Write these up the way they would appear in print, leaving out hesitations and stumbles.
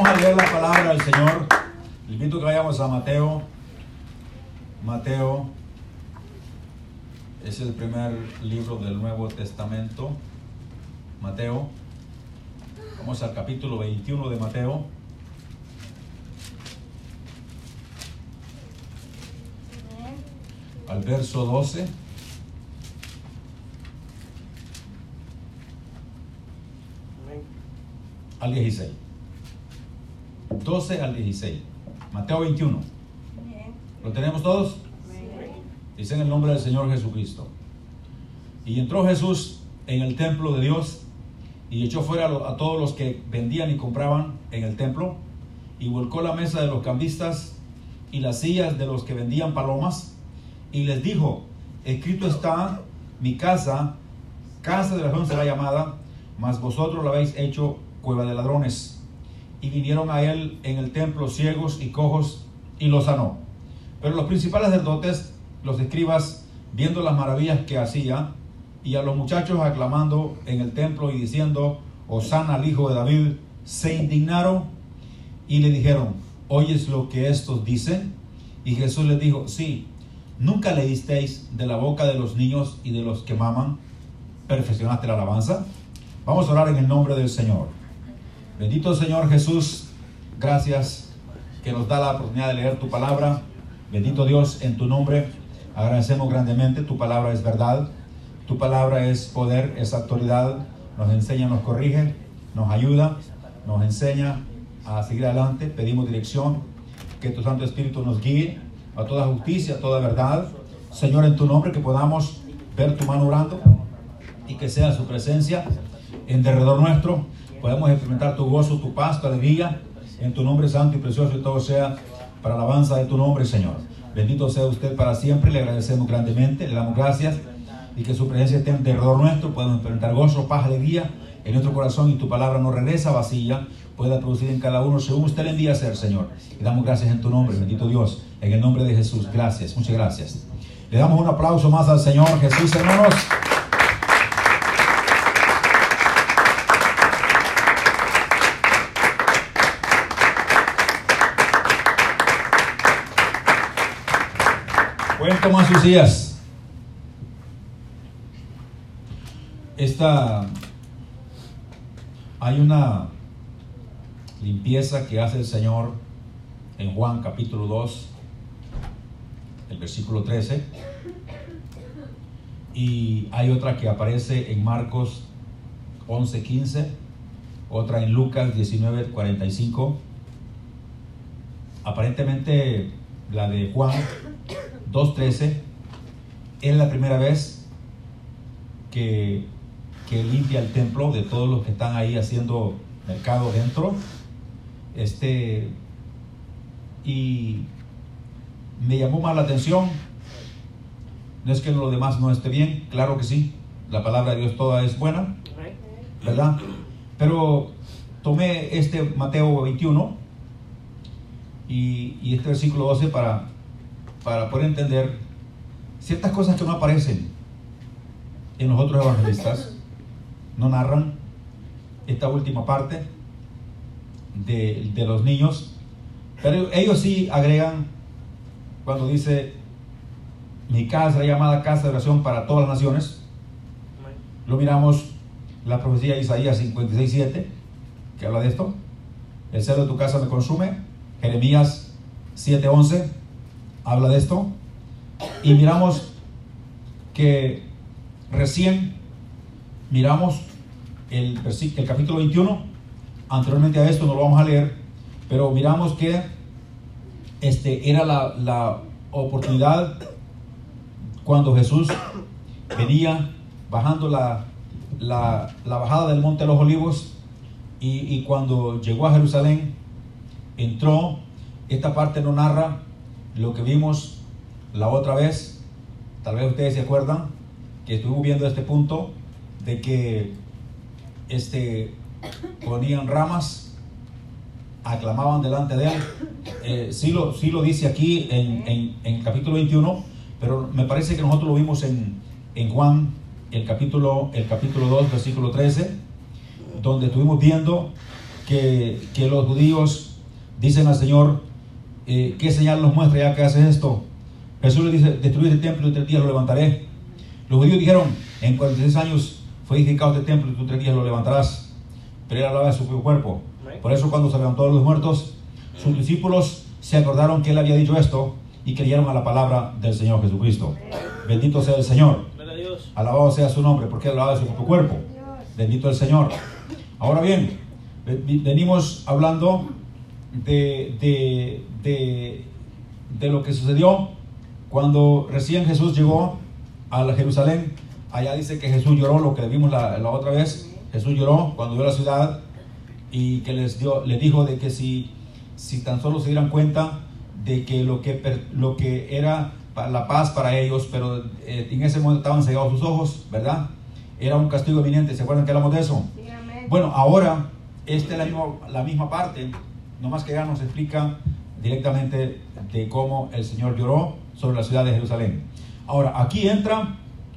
Vamos a leer la palabra del Señor. Les invito a que vayamos a Mateo. Mateo es el primer libro del Nuevo Testamento. Mateo. Vamos al capítulo 21 de Mateo. Al verso 12. Al 16. 12 al 16. Mateo 21. ¿Lo tenemos todos? Dice en el nombre del Señor Jesucristo. Y entró Jesús en el templo de Dios y echó fuera a todos los que vendían y compraban en el templo, y volcó la mesa de los cambistas y las sillas de los que vendían palomas, y les dijo: escrito está, mi casa, casa de oración será llamada, mas vosotros la habéis hecho cueva de ladrones. Y vinieron a él en el templo ciegos y cojos, y los sanó. Pero los principales sacerdotes, los escribas, viendo las maravillas que hacía, y a los muchachos aclamando en el templo y diciendo: Hosana al Hijo de David, se indignaron y le dijeron: ¿oyes lo que estos dicen? Y Jesús les dijo: sí, ¿nunca leísteis de la boca de los niños y de los que maman? ¿Perfeccionaste la alabanza? Vamos a orar en el nombre del Señor. Bendito Señor Jesús, gracias que nos da la oportunidad de leer tu palabra. Bendito Dios, en tu nombre agradecemos grandemente. Tu palabra es verdad, tu palabra es poder, es autoridad. Nos enseña, nos corrige, nos ayuda, nos enseña a seguir adelante. Pedimos dirección, que tu Santo Espíritu nos guíe a toda justicia, a toda verdad. Señor, en tu nombre, que podamos ver tu mano orando y que sea su presencia en derredor nuestro. Podemos experimentar tu gozo, tu paz, tu alegría, en tu nombre santo y precioso, y todo sea para la alabanza de tu nombre, Señor. Bendito sea usted para siempre. Le agradecemos grandemente, le damos gracias, y que su presencia esté en derredor nuestro. Podemos experimentar gozo, paz, alegría en nuestro corazón, y tu palabra no regresa vacía, pueda producir en cada uno según usted le envía a ser, Señor. Le damos gracias en tu nombre, bendito Dios, en el nombre de Jesús. Gracias, muchas gracias. Le damos un aplauso más al Señor Jesús, hermanos. Pueden tomar sus sillas. Hay una limpieza que hace el Señor en Juan capítulo 2, el versículo 13, y hay otra que aparece en Marcos 11:15, otra en Lucas 19:45. Aparentemente la de Juan 2:13 es la primera vez que limpia el templo de todos los que están ahí haciendo mercado dentro. Y me llamó más la atención. No es que lo demás no esté bien, claro que sí, la palabra de Dios toda es buena, ¿verdad? Pero tomé Mateo 21 y este versículo 12 para poder entender ciertas cosas que no aparecen en los otros evangelistas. No narran esta última parte de los niños, pero ellos sí agregan cuando dice: mi casa será llamada casa de oración para todas las naciones. Lo miramos, la profecía de Isaías 56:7, que habla de esto: el celo de tu casa me consume. Jeremías 7:11 habla de esto. Y miramos que recién miramos el capítulo 21. Anteriormente a esto no lo vamos a leer, pero miramos que era la oportunidad cuando Jesús venía bajando la bajada del monte de los olivos, y cuando llegó a Jerusalén entró. Esta parte no narra lo que vimos la otra vez. Tal vez ustedes se acuerdan que estuvimos viendo este punto de que ponían ramas, aclamaban delante de él. Sí lo dice aquí en el capítulo 21, pero me parece que nosotros lo vimos en Juan, el capítulo 2, versículo 13, donde estuvimos viendo que los judíos dicen al Señor, ¿qué señal nos muestra ya que haces esto? Jesús le dice, destruir el templo y en 3 días lo levantaré. Los judíos dijeron, en 46 años fue edificado este templo y tú 3 días lo levantarás. Pero él hablaba de su propio cuerpo. Por eso cuando se levantó de los muertos, sus discípulos se acordaron que él había dicho esto y creyeron a la palabra del Señor Jesucristo. Bendito sea el Señor. Alabado sea su nombre, porque él hablaba de su propio cuerpo. Bendito el Señor. Ahora bien, venimos hablando de lo que sucedió cuando recién Jesús llegó a Jerusalén. Allá dice que Jesús lloró, lo que vimos la otra vez. Jesús lloró cuando vio la ciudad y que les dijo de que si tan solo se dieran cuenta de que lo que era la paz para ellos, pero en ese momento estaban cegados sus ojos, ¿verdad? Era un castigo eminente. ¿Se acuerdan que hablamos de eso? Sí, bueno, ahora esta es la misma parte, nomás que ya nos explica directamente de cómo el Señor lloró sobre la ciudad de Jerusalén. Ahora, aquí entra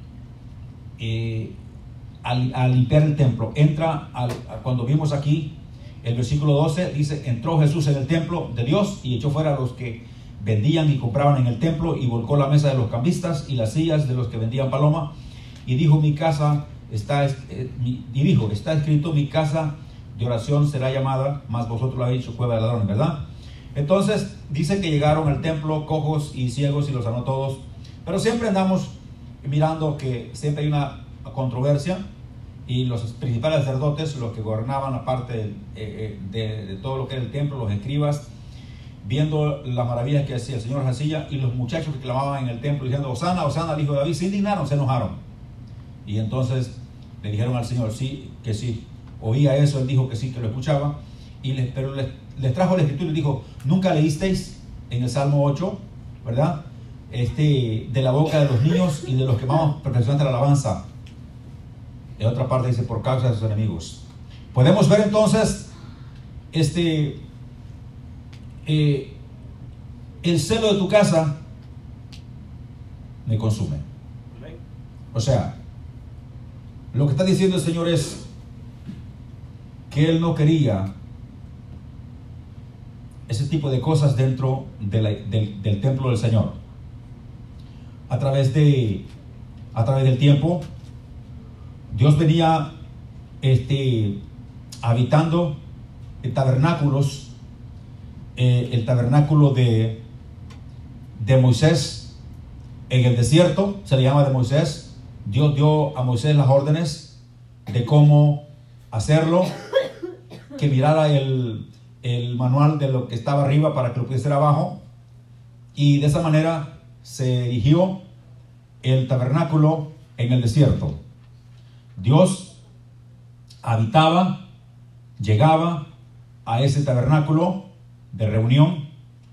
a limpiar el templo. Entra cuando vimos aquí el versículo 12, dice, entró Jesús en el templo de Dios y echó fuera a los que vendían y compraban en el templo y volcó la mesa de los cambistas y las sillas de los que vendían paloma y dijo, está escrito, mi casa de oración será llamada, mas vosotros la habéis hecho cueva de ladrones, ¿verdad? Entonces dice que llegaron al templo cojos y ciegos y los sanó todos, pero siempre andamos mirando que siempre hay una controversia y los principales sacerdotes, los que gobernaban la parte de todo lo que era el templo, los escribas, viendo las maravillas que hacía el Señor Jacilla, y los muchachos que clamaban en el templo diciendo, Hosana, Hosana al hijo de David, se indignaron, se enojaron. Y entonces le dijeron al Señor, sí, que sí, oía eso, él dijo que sí, que lo escuchaba, pero les trajo la escritura y les dijo, ¿nunca leísteis en el Salmo 8, verdad? De la boca de los niños y de los que vamos perfeccionando la alabanza. En otra parte dice, por causa de sus enemigos. Podemos ver entonces el celo de tu casa me consume. O sea, lo que está diciendo el Señor es que Él no quería ese tipo de cosas dentro del templo del Señor. A través del tiempo, Dios venía habitando en tabernáculos. El tabernáculo de Moisés en el desierto se le llama de Moisés. Dios dio a Moisés las órdenes de cómo hacerlo, que mirara el manual de lo que estaba arriba para que lo pudiese hacer abajo, y de esa manera se erigió el tabernáculo en el desierto. Dios habitaba, llegaba a ese tabernáculo de reunión,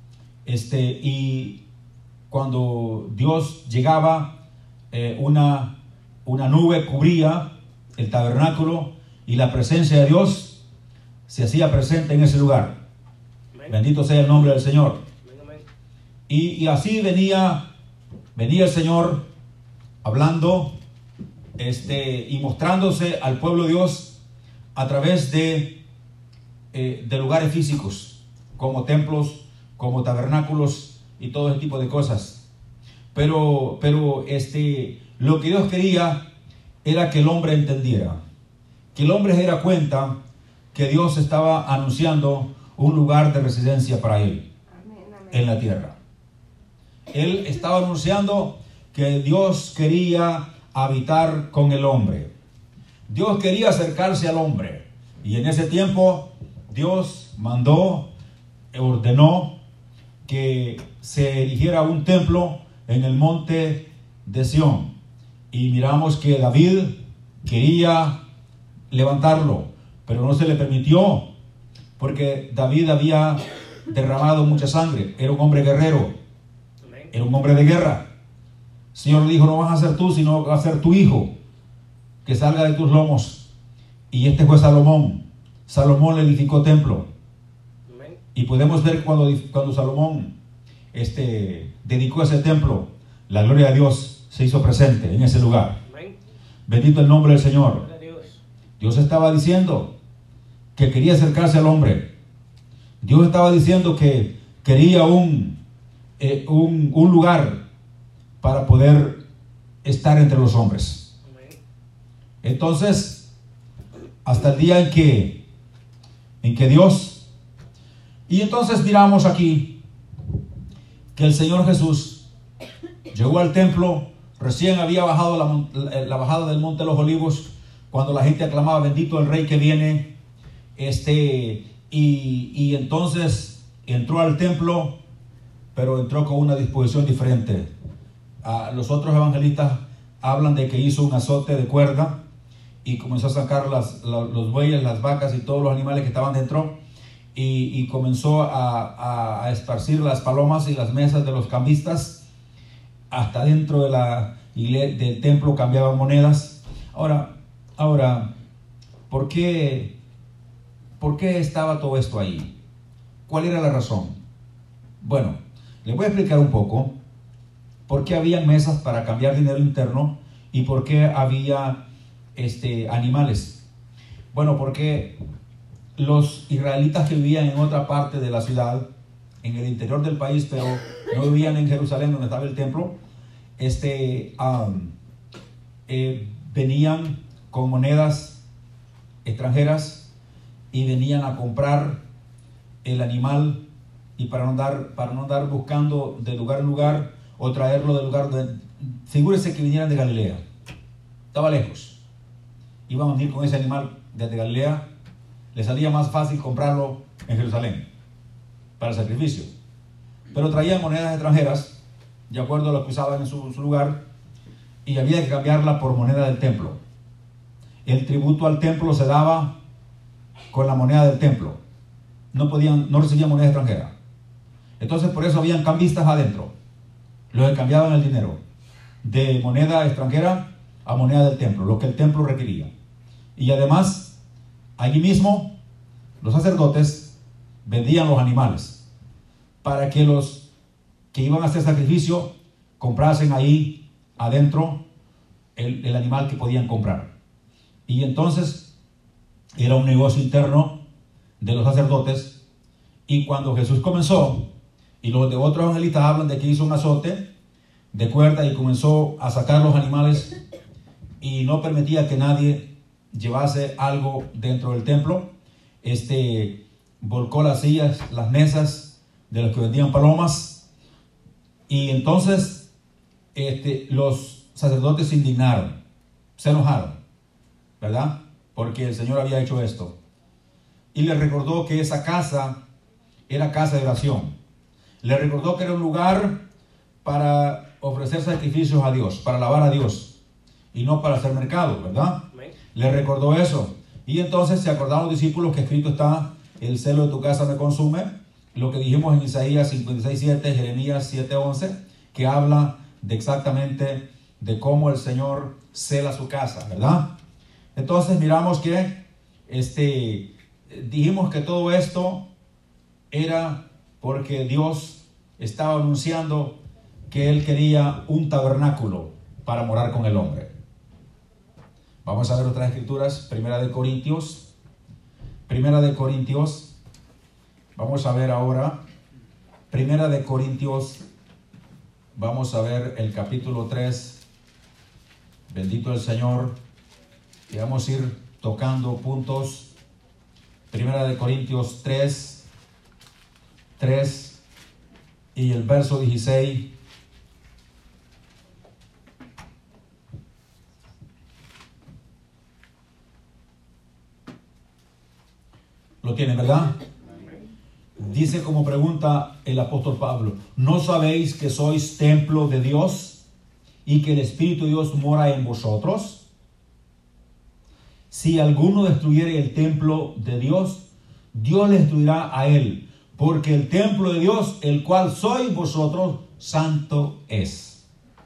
y cuando Dios llegaba, una nube cubría el tabernáculo y la presencia de Dios se hacía presente en ese lugar. Bendito sea el nombre del Señor. Y así venía el Señor hablando y mostrándose al pueblo de Dios a través de lugares físicos, como templos, como tabernáculos y todo ese tipo de cosas. Pero lo que Dios quería era que el hombre entendiera, que el hombre se diera cuenta que Dios estaba anunciando un lugar de residencia para él en la tierra. Él estaba anunciando que Dios quería habitar con el hombre. Dios quería acercarse al hombre. Y en ese tiempo Dios ordenó que se erigiera un templo en el monte de Sión. Y miramos que David quería levantarlo, pero no se le permitió, porque David había derramado mucha sangre. Era un hombre guerrero, era un hombre de guerra. El Señor le dijo, no vas a ser tú, sino va a ser tu hijo, que salga de tus lomos. Y este fue Salomón. Salomón le edificó templo. Y podemos ver cuando Salomón dedicó ese templo, la gloria de Dios se hizo presente en ese lugar. Bendito el nombre del Señor. Dios estaba diciendo que quería acercarse al hombre. Dios estaba diciendo que quería un lugar para poder estar entre los hombres. Entonces, hasta el día en que Dios, y entonces miramos aquí que el Señor Jesús llegó al templo, recién había bajado la bajada del Monte de los Olivos, cuando la gente aclamaba: bendito el Rey que viene. Y entonces entró al templo, pero entró con una disposición diferente. Los otros evangelistas hablan de que hizo un azote de cuerda y comenzó a sacar los bueyes, las vacas y todos los animales que estaban dentro, y comenzó a esparcir las palomas y las mesas de los cambistas. Hasta dentro del templo cambiaban monedas. Ahora, ¿por qué estaba todo esto ahí? ¿Cuál era la razón? Bueno, les voy a explicar un poco por qué había mesas para cambiar dinero interno y por qué había animales. Bueno, porque los israelitas que vivían en otra parte de la ciudad, en el interior del país, pero no vivían en Jerusalén donde estaba el templo, venían con monedas extranjeras y venían a comprar el animal, y para no andar buscando de lugar en lugar o traerlo del lugar donde, figúrese que vinieran de Galilea, estaba lejos, iban a venir con ese animal desde Galilea, les salía más fácil comprarlo en Jerusalén para el sacrificio, pero traían monedas extranjeras de acuerdo a lo que usaban en su lugar, y había que cambiarla por moneda del templo. El tributo al templo se daba con la moneda del templo, no recibían moneda extranjera. Entonces por eso habían cambistas adentro, los que cambiaban el dinero de moneda extranjera a moneda del templo, lo que el templo requería. Y además, allí mismo los sacerdotes vendían los animales para que los que iban a hacer sacrificio comprasen ahí adentro el animal que podían comprar. Y entonces era un negocio interno de los sacerdotes. Y cuando Jesús comenzó, y los de otros evangelistas hablan de que hizo un azote de cuerda y comenzó a sacar los animales y no permitía que nadie llevase algo dentro del templo, volcó las sillas, las mesas de los que vendían palomas, y entonces los sacerdotes se indignaron, se enojaron, ¿verdad? Porque el Señor había hecho esto, y les recordó que esa casa era casa de oración. Le recordó que era un lugar para ofrecer sacrificios a Dios, para alabar a Dios, y no para hacer mercado, ¿verdad? Le recordó eso. Y entonces se acordaron los discípulos que escrito está: el celo de tu casa me consume. Lo que dijimos en Isaías 56:7, Jeremías 7:11, que habla exactamente de cómo el Señor cela su casa, ¿verdad? Entonces miramos que dijimos que todo esto era porque Dios estaba anunciando que Él quería un tabernáculo para morar con el hombre. Vamos a ver otras escrituras. Primera de Corintios. Vamos a ver ahora. Primera de Corintios. Vamos a ver el capítulo 3. Bendito el Señor. Y vamos a ir tocando puntos. Primera de Corintios 3 y el verso 16. Lo tienen, ¿verdad? Dice como pregunta el apóstol Pablo: ¿no sabéis que sois templo de Dios y que el Espíritu de Dios mora en vosotros? Si alguno destruyere el templo de Dios, Dios le destruirá a él, porque el templo de Dios, el cual sois vosotros, santo es.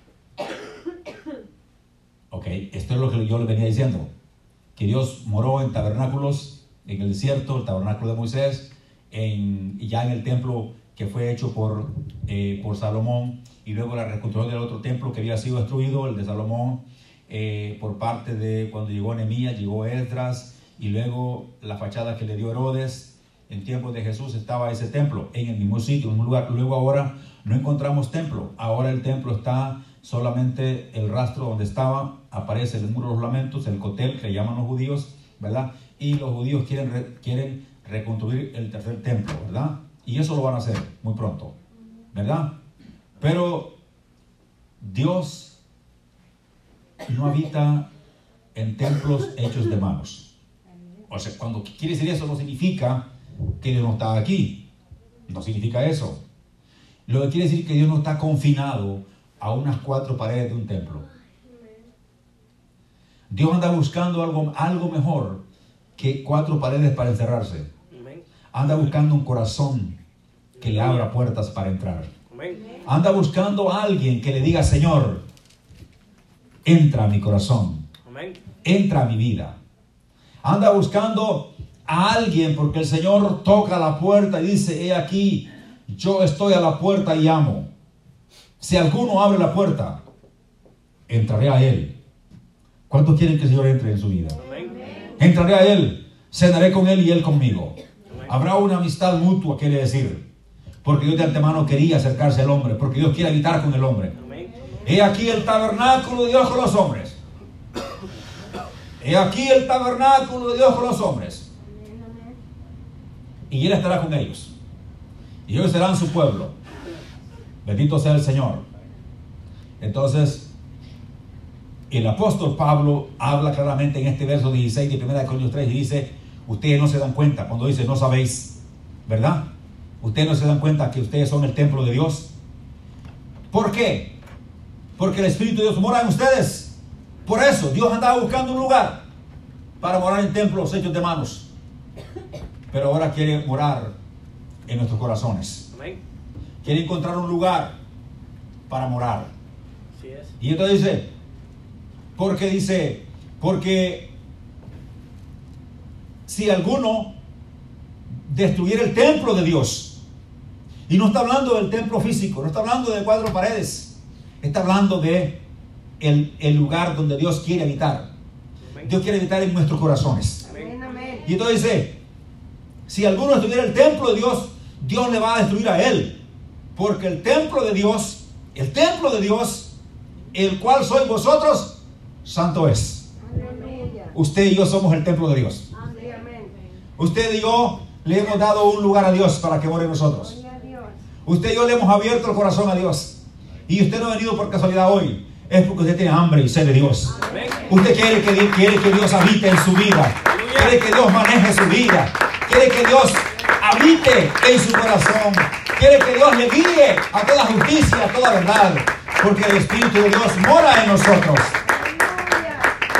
Ok, esto es lo que yo le venía diciendo, que Dios moró en tabernáculos en el desierto, el tabernáculo de Moisés, ya en el templo que fue hecho por Salomón, y luego la reconstrucción del otro templo que había sido destruido, el de Salomón, por parte de cuando llegó Nehemías, llegó Esdras, y luego la fachada que le dio Herodes en tiempos de Jesús estaba ese templo en el mismo sitio, en un lugar. Luego ahora no encontramos templo, ahora el templo está solamente el rastro donde estaba, aparece el muro de los lamentos, el cotel que llaman los judíos, ¿verdad? Y los judíos quieren reconstruir el tercer templo, ¿verdad? Y eso lo van a hacer muy pronto, ¿verdad? Pero Dios no habita en templos hechos de manos. O sea, cuando quiere decir eso, no significa que Dios no está aquí. No significa eso. Lo que quiere decir que Dios no está confinado a unas 4 paredes de un templo. Dios anda buscando algo mejor que 4 paredes para encerrarse. Anda buscando un corazón que le abra puertas para entrar. Anda buscando a alguien que le diga: Señor, entra a mi corazón, entra a mi vida. Anda buscando a alguien porque el Señor toca la puerta y dice: he aquí, yo estoy a la puerta y llamo. Si alguno abre la puerta, entraré a Él. ¿Cuántos quieren que el Señor entre en su vida? Entraré a Él, cenaré con Él y Él conmigo. Habrá una amistad mutua, quiere decir, porque Dios de antemano quería acercarse al hombre, porque Dios quiere habitar con el hombre. He aquí el tabernáculo de Dios con los hombres. He aquí el tabernáculo de Dios con los hombres. Y Él estará con ellos. Y ellos serán su pueblo. Bendito sea el Señor. Entonces, el apóstol Pablo habla claramente en este verso 16 de 1 Corintios 3 y dice: ustedes no se dan cuenta, cuando dice no sabéis, ¿verdad? Ustedes no se dan cuenta que ustedes son el templo de Dios. ¿Por qué? Porque el Espíritu de Dios mora en ustedes. Por eso Dios andaba buscando un lugar para morar en templos hechos de manos, pero ahora quiere morar en nuestros corazones. Quiere encontrar un lugar para morar. Así es. Y entonces porque si alguno destruyera el templo de Dios, y no está hablando del templo físico, no está hablando de 4 paredes, está hablando de el lugar donde Dios quiere habitar. Dios quiere habitar en nuestros corazones. Amén. Y entonces dice: si alguno destruyera el templo de Dios, Dios le va a destruir a él. Porque el templo de Dios, el cual sois vosotros, santo es. Aleluya. Usted y yo somos el templo de Dios. Amén. Usted y yo le hemos dado un lugar a Dios para que more en nosotros. Gloria a Dios. Usted y yo le hemos abierto el corazón a Dios. Y usted no ha venido por casualidad hoy. Es porque usted tiene hambre y sed de Dios. Amén. Usted quiere que Dios habite en su vida. Quiere que Dios maneje su vida. Quiere que Dios habite en su corazón. Quiere que Dios le guíe a toda justicia, a toda verdad. Porque el Espíritu de Dios mora en nosotros. Aleluya.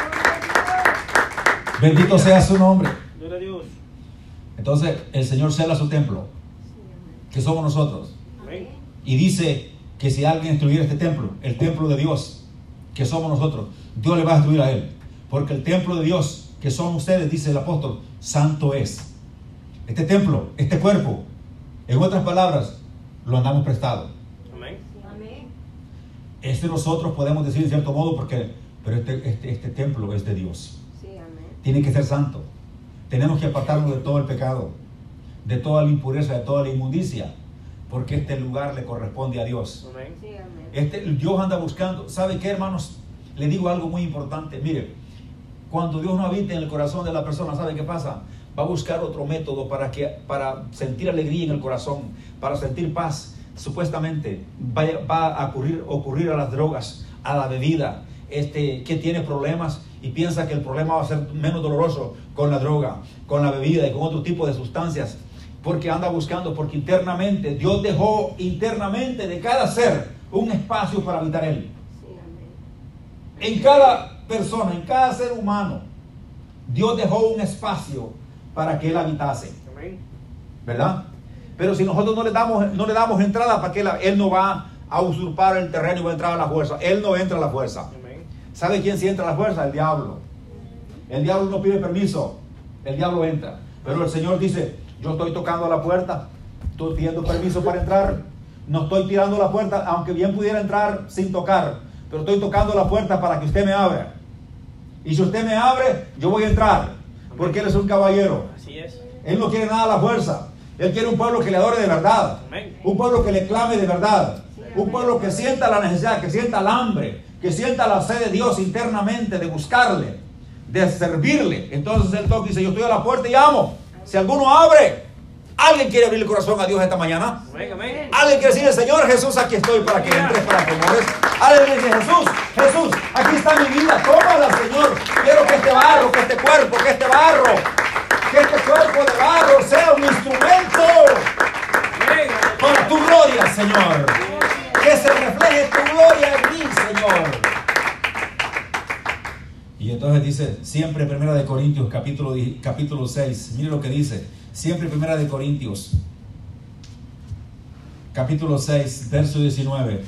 Bendito sea su nombre. Gloria a Dios. Entonces el Señor cela su templo, que somos nosotros. Amén. Y dice que si alguien destruyera este templo, el templo de Dios, que somos nosotros, Dios le va a destruir a él. Porque el templo de Dios, que son ustedes, dice el apóstol, santo es. Este templo, este cuerpo, en otras palabras, lo andamos prestado. Amén. Amén. Este nosotros podemos decir en cierto modo, pero este templo es de Dios. Sí, amén. Tiene que ser santo. Tenemos que apartarnos de todo el pecado, de toda la impureza, de toda la inmundicia, porque este lugar le corresponde a Dios. Amén. Sí, amén. Dios anda buscando. ¿Sabe qué, hermanos? Le digo algo muy importante. Mire, cuando Dios no habita en el corazón de la persona, ¿sabe qué pasa? Va a buscar otro método para sentir alegría en el corazón, para sentir paz. Supuestamente va a ocurrir a las drogas, a la bebida, que tiene problemas y piensa que el problema va a ser menos doloroso con la droga, con la bebida y con otro tipo de sustancias, porque anda buscando, porque internamente Dios dejó internamente de cada ser un espacio para habitar Él. Sí, amén. En cada persona, en cada ser humano, Dios dejó un espacio para que Él habitase, Amén. ¿verdad? Pero si nosotros no le damos entrada, para que Él no va a usurpar el terreno y va a entrar a la fuerza. Él no entra a la fuerza. Amén. ¿Sabe quién sí entra a la fuerza? El diablo. El diablo no pide permiso, el diablo entra. Pero el Señor dice: yo estoy tocando a la puerta, estoy pidiendo permiso para entrar. No estoy tirando la puerta, aunque bien pudiera entrar sin tocar, pero estoy tocando la puerta para que usted me abra. Y si usted me abre, yo voy a entrar. porque Él es un caballero. Así es. Él no quiere nada a la fuerza. Él quiere un pueblo que le adore de verdad. Amén. Un pueblo que le clame de verdad. Un pueblo que sienta la necesidad, que sienta el hambre, que sienta la sed de Dios internamente, de buscarle, de servirle. Entonces Él toca y dice: yo estoy a la puerta y llamo. Si alguno abre. ¿Alguien quiere abrir el corazón a Dios esta mañana? Amén, amén. ¿Alguien quiere decirle: Señor Jesús, aquí estoy para que entres, para que mores? Alguien dice: Jesús, Jesús, aquí está mi vida, tómala, Señor. Quiero que este barro, que este cuerpo, que este barro, que este cuerpo de barro sea un instrumento para tu gloria, Señor. Que se refleje tu gloria en mí, Señor. Y entonces dice, siempre 1 Corintios capítulo 6, mire lo que dice. Siempre 1 Corintios, capítulo 6, verso 19.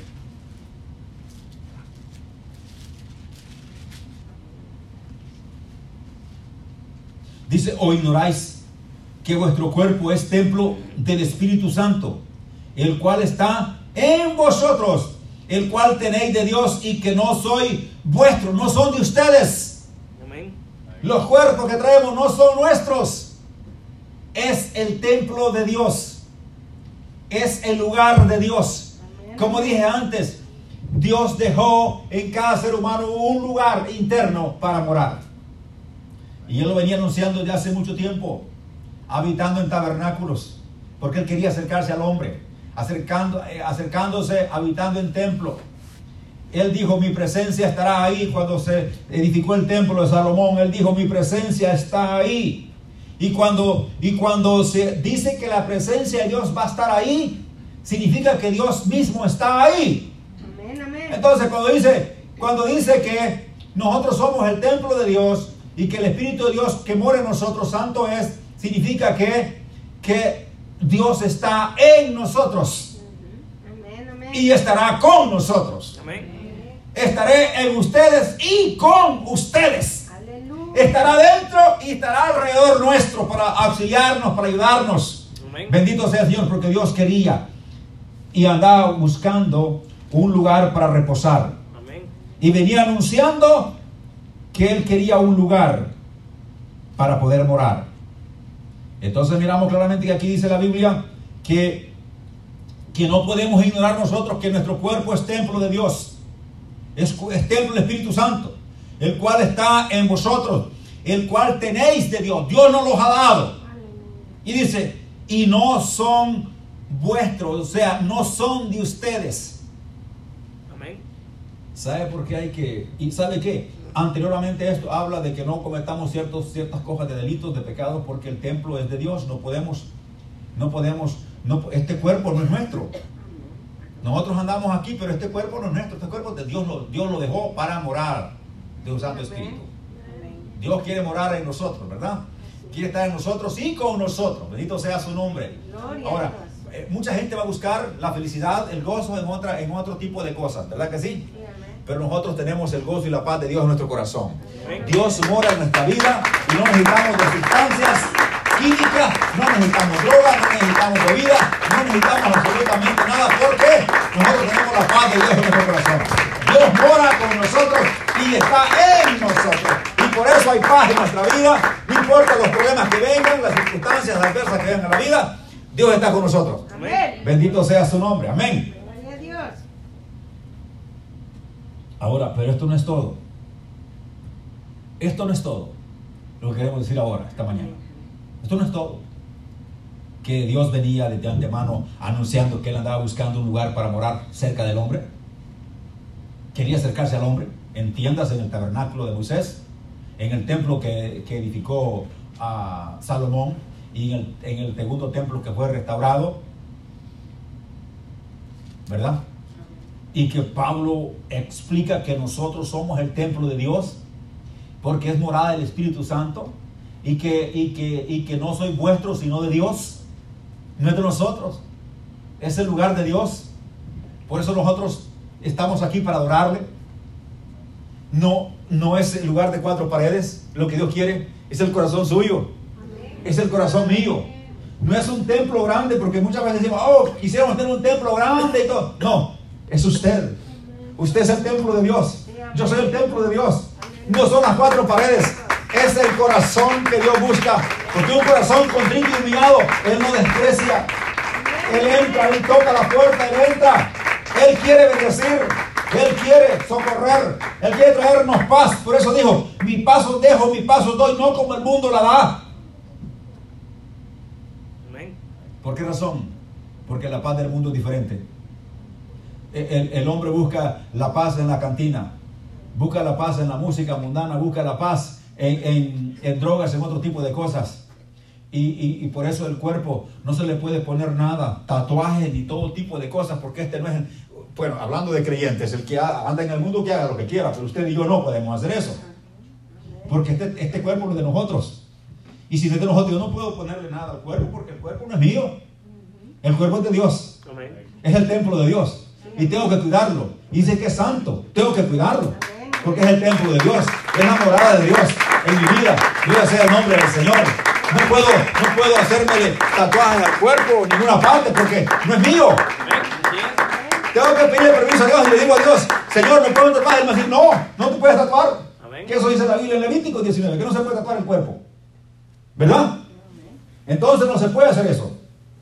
Dice: ¿o ignoráis que vuestro cuerpo es templo del Espíritu Santo, el cual está en vosotros, el cual tenéis de Dios, y que no soy vuestro, no son de ustedes? Amén. Los cuerpos que traemos no son nuestros. Es el templo de Dios. Es el lugar de Dios. Como dije antes, Dios dejó en cada ser humano un lugar interno para morar. Y Él lo venía anunciando desde hace mucho tiempo, habitando en tabernáculos, porque Él quería acercarse al hombre, acercándose, habitando en templo. Él dijo: mi presencia estará ahí. Cuando se edificó el templo de Salomón, Él dijo: mi presencia está ahí. Y cuando se dice que la presencia de Dios va a estar ahí, significa que Dios mismo está ahí. Amén, amén. Entonces cuando dice que nosotros somos el templo de Dios y que el Espíritu de Dios que mora en nosotros, santo es, significa que Dios está en nosotros. Amén, amén. Y estará con nosotros. Amén. Estaré en ustedes y con ustedes. Estará dentro y estará alrededor nuestro para auxiliarnos, para ayudarnos. Amén. Bendito sea el Señor, porque Dios quería y andaba buscando un lugar para reposar. Amén. Y venía anunciando que Él quería un lugar para poder morar. Entonces miramos claramente que aquí dice la Biblia que no podemos ignorar nosotros que nuestro cuerpo es templo de Dios. Es templo del Espíritu Santo, el cual está en vosotros, el cual tenéis de Dios. Dios nos los ha dado. Y dice: y no son vuestros, o sea, no son de ustedes. Amén. ¿Sabe por qué hay que? ¿Y sabe qué? Anteriormente esto habla de que no cometamos ciertas cosas de delitos, de pecados, porque el templo es de Dios. No podemos, este cuerpo no es nuestro. Nosotros andamos aquí, pero este cuerpo no es nuestro. Este cuerpo de Dios lo dejó para morar de un Santo Espíritu. Dios quiere morar en nosotros, ¿verdad? Quiere estar en nosotros y con nosotros. Bendito sea su nombre. Ahora, mucha gente va a buscar la felicidad, el gozo en otro tipo de cosas, ¿verdad que sí? Pero nosotros tenemos el gozo y la paz de Dios en nuestro corazón. Dios mora en nuestra vida y no necesitamos de sustancias químicas, no necesitamos drogas, no necesitamos bebida, no necesitamos absolutamente nada, porque nosotros tenemos la paz de Dios en nuestro corazón. Dios mora con nosotros y está en nosotros. Y por eso hay paz en nuestra vida. No importa los problemas que vengan, las circunstancias adversas que vengan a la vida, Dios está con nosotros. Amén. Bendito sea su nombre. Amén. Gloria a Dios. Ahora, pero esto no es todo. Esto no es todo lo que queremos decir ahora, esta mañana. Esto no es todo. Que Dios venía de antemano anunciando que Él andaba buscando un lugar para morar cerca del hombre. Quería acercarse al hombre. En tiendas, en el tabernáculo de Moisés, en el templo que edificó a Salomón, y en el segundo templo que fue restaurado, ¿verdad? Y que Pablo explica que nosotros somos el templo de Dios porque es morada del Espíritu Santo, y que no soy vuestro sino de Dios. No es de nosotros, es el lugar de Dios. Por eso nosotros estamos aquí para adorarle. No es el lugar de cuatro paredes. Lo que Dios quiere es el corazón suyo. Es el corazón mío. No es un templo grande, porque muchas veces decimos: oh, quisiéramos tener un templo grande y todo. No, es usted. Usted es el templo de Dios. Yo soy el templo de Dios. No son las cuatro paredes. Es el corazón que Dios busca. Porque un corazón contrito y humillado, Él no desprecia. Él entra, Él toca la puerta, Él entra. Él quiere bendecir, Él quiere socorrer, Él quiere traernos paz. Por eso dijo, mi paz os dejo, mi paz os doy, no como el mundo la da. Amén. ¿Por qué razón? Porque la paz del mundo es diferente. El hombre busca la paz en la cantina, busca la paz en la música mundana, busca la paz en drogas, en otro tipo de cosas. Y por eso el cuerpo no se le puede poner nada, tatuajes ni todo tipo de cosas, porque este no es, bueno, hablando de creyentes, el que anda en el mundo que haga lo que quiera, pero usted y yo no podemos hacer eso, porque este cuerpo no es de nosotros. Y si no es de nosotros, yo no puedo ponerle nada al cuerpo, porque el cuerpo no es mío, el cuerpo es de Dios. Es el templo de Dios y tengo que cuidarlo. Y dice que es santo, tengo que cuidarlo, porque es el templo de Dios, es la morada de Dios en mi vida. Gloria sea el nombre del Señor. No puedo hacerme tatuajes al cuerpo, ninguna parte, porque no es mío. Tengo que pedirle permiso a Dios y le digo a Dios, Señor, ¿me puedo tatuar? Él me dice, no te puedes tatuar. Que eso dice la Biblia en Levítico 19, que no se puede tatuar el cuerpo. ¿Verdad? Entonces no se puede hacer eso.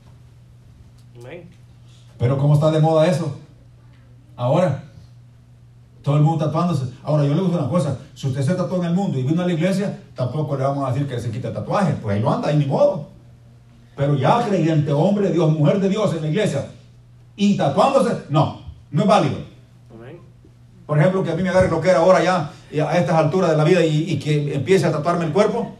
Pero ¿cómo está de moda eso? Ahora, todo el mundo tatuándose. Ahora, yo le digo una cosa, si usted se tatuó en el mundo y vino a la iglesia, tampoco le vamos a decir que se quite el tatuaje, pues ahí no anda, ahí ni modo. Pero ya creyente, hombre de Dios, mujer de Dios en la iglesia, y tatuándose, no es válido. Por ejemplo, que a mí me agarre lo que era ahora ya, a estas alturas de la vida, y que empiece a tatuarme el cuerpo,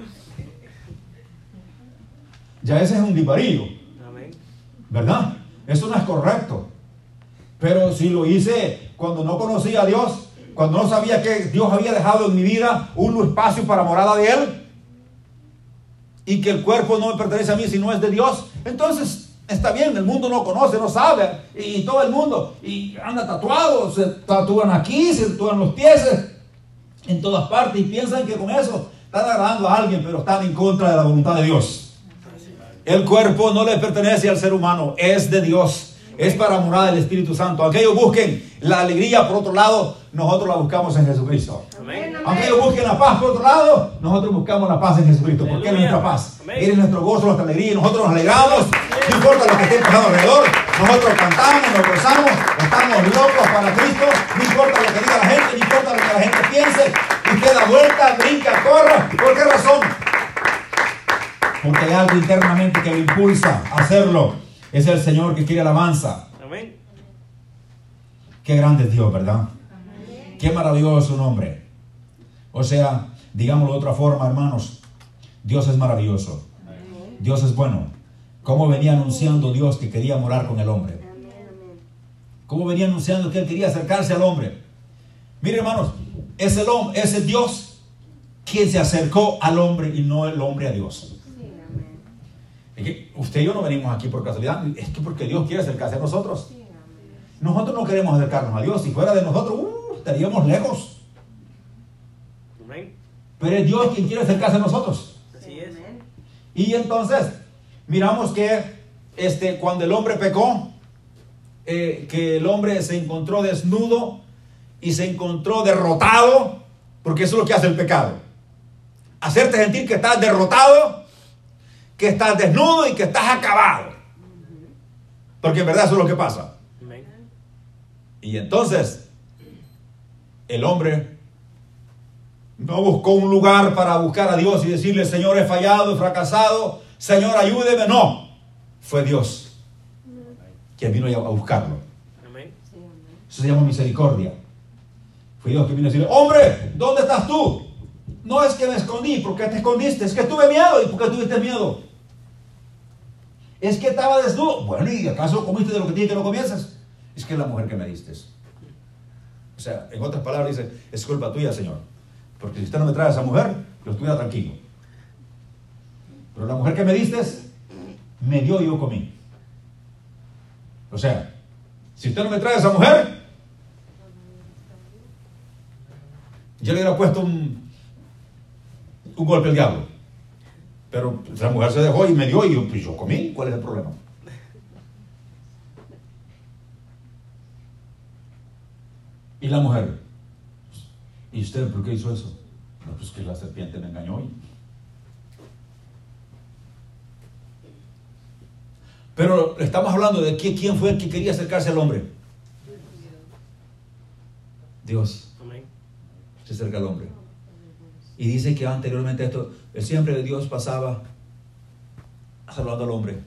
ya ese es un divarillo, ¿verdad? Eso no es correcto. Pero si lo hice cuando no conocía a Dios, cuando no sabía que Dios había dejado en mi vida un espacio para morada de Él, y que el cuerpo no me pertenece a mí, sino es de Dios, entonces está bien. El mundo no conoce, no sabe, y todo el mundo y anda tatuado, se tatúan aquí, se tatúan los pies, en todas partes, y piensan que con eso están agradando a alguien, pero están en contra de la voluntad de Dios. El cuerpo no le pertenece al ser humano, es de Dios. Es para morada del Espíritu Santo. Aunque ellos busquen la alegría por otro lado, nosotros la buscamos en Jesucristo. Amén. Aunque ellos busquen la paz por otro lado, nosotros buscamos la paz en Jesucristo, porque Él es nuestra paz. Amén. Él es nuestro gozo, nuestra alegría, y nosotros nos alegramos. No importa lo que esté pasando alrededor, nosotros cantamos, nos gozamos, estamos locos para Cristo. No importa lo que diga la gente, no importa lo que la gente piense. Usted da vuelta, brinca, corra. ¿Por qué razón? Porque hay algo internamente que lo impulsa a hacerlo. Es el Señor que quiere alabanza. Amén. Qué grande es Dios, ¿verdad? Amén. Qué maravilloso es su nombre. O sea, digámoslo de otra forma, hermanos, Dios es maravilloso. Amén. Dios es bueno. ¿Cómo venía anunciando Dios que quería morar con el hombre? ¿Cómo venía anunciando que Él quería acercarse al hombre? Mire, hermanos, es el Dios quien se acercó al hombre y no el hombre a Dios. Es que usted y yo no venimos aquí por casualidad, es que porque Dios quiere acercarse a nosotros. Nosotros no queremos acercarnos a Dios. Si fuera de nosotros, estaríamos lejos. Pero es Dios quien quiere acercarse a nosotros. Así es. Y entonces miramos que cuando el hombre pecó, que el hombre se encontró desnudo y se encontró derrotado, porque eso es lo que hace el pecado: hacerte sentir que estás derrotado, que estás desnudo y que estás acabado. Porque en verdad eso es lo que pasa. Y entonces el hombre no buscó un lugar para buscar a Dios y decirle: Señor, he fallado, he fracasado, Señor, ayúdeme. No, fue Dios quien vino a buscarlo. Eso se llama misericordia. Fue Dios que vino a decirle: hombre, ¿dónde estás tú? No es que me escondí. ¿Por qué te escondiste? Es que tuve miedo. ¿Y por qué tuviste miedo? Es que estaba desnudo. Bueno, ¿y acaso comiste de lo que tiene que no comieses? Es que es la mujer que me diste. O sea, en otras palabras dice: es culpa tuya, Señor, porque si usted no me trae a esa mujer, yo estuviera tranquilo. Pero la mujer que me diste me dio y yo comí. O sea, si usted no me trae a esa mujer, yo le hubiera puesto un golpe al diablo. Pero esa mujer se dejó y me dio y yo comí. ¿Cuál es el problema? Y la mujer: ¿y usted por qué hizo eso? No, pues que la serpiente me engañó. Pero estamos hablando de quién fue el que quería acercarse al hombre. Dios. Amén. Se acerca al hombre. Y dice que anteriormente a esto, siempre Dios pasaba saludando al hombre.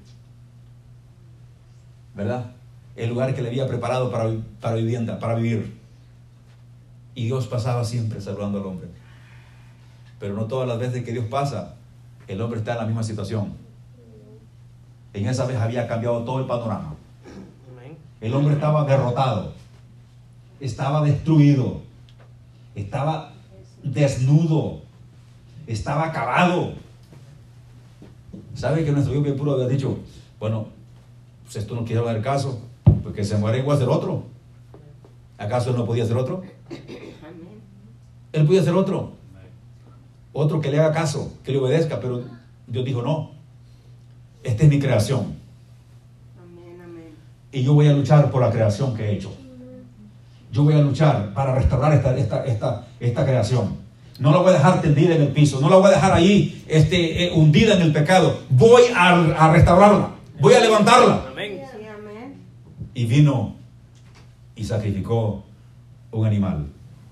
¿Verdad? El lugar que le había preparado para vivienda, para vivir. Y Dios pasaba siempre saludando al hombre. Pero no todas las veces que Dios pasa, el hombre está en la misma situación. En esa vez había cambiado todo el panorama. El hombre estaba derrotado, estaba destruido, estaba desnudo, estaba acabado. ¿Sabe que nuestro Dios bien puro había dicho, bueno, pues esto no quiere dar caso, porque se muere igual a ser otro? ¿Acaso él no podía ser otro? Él podía ser otro que le haga caso, que le obedezca, pero Dios dijo no, esta es mi creación. Amén, amén. Y yo voy a luchar por la creación que he hecho. Yo voy a luchar para restaurar esta creación. No la voy a dejar tendida en el piso, no la voy a dejar ahí hundida en el pecado. Voy a restaurarla, voy a levantarla. Amén. Sí, amén. Y vino y sacrificó un animal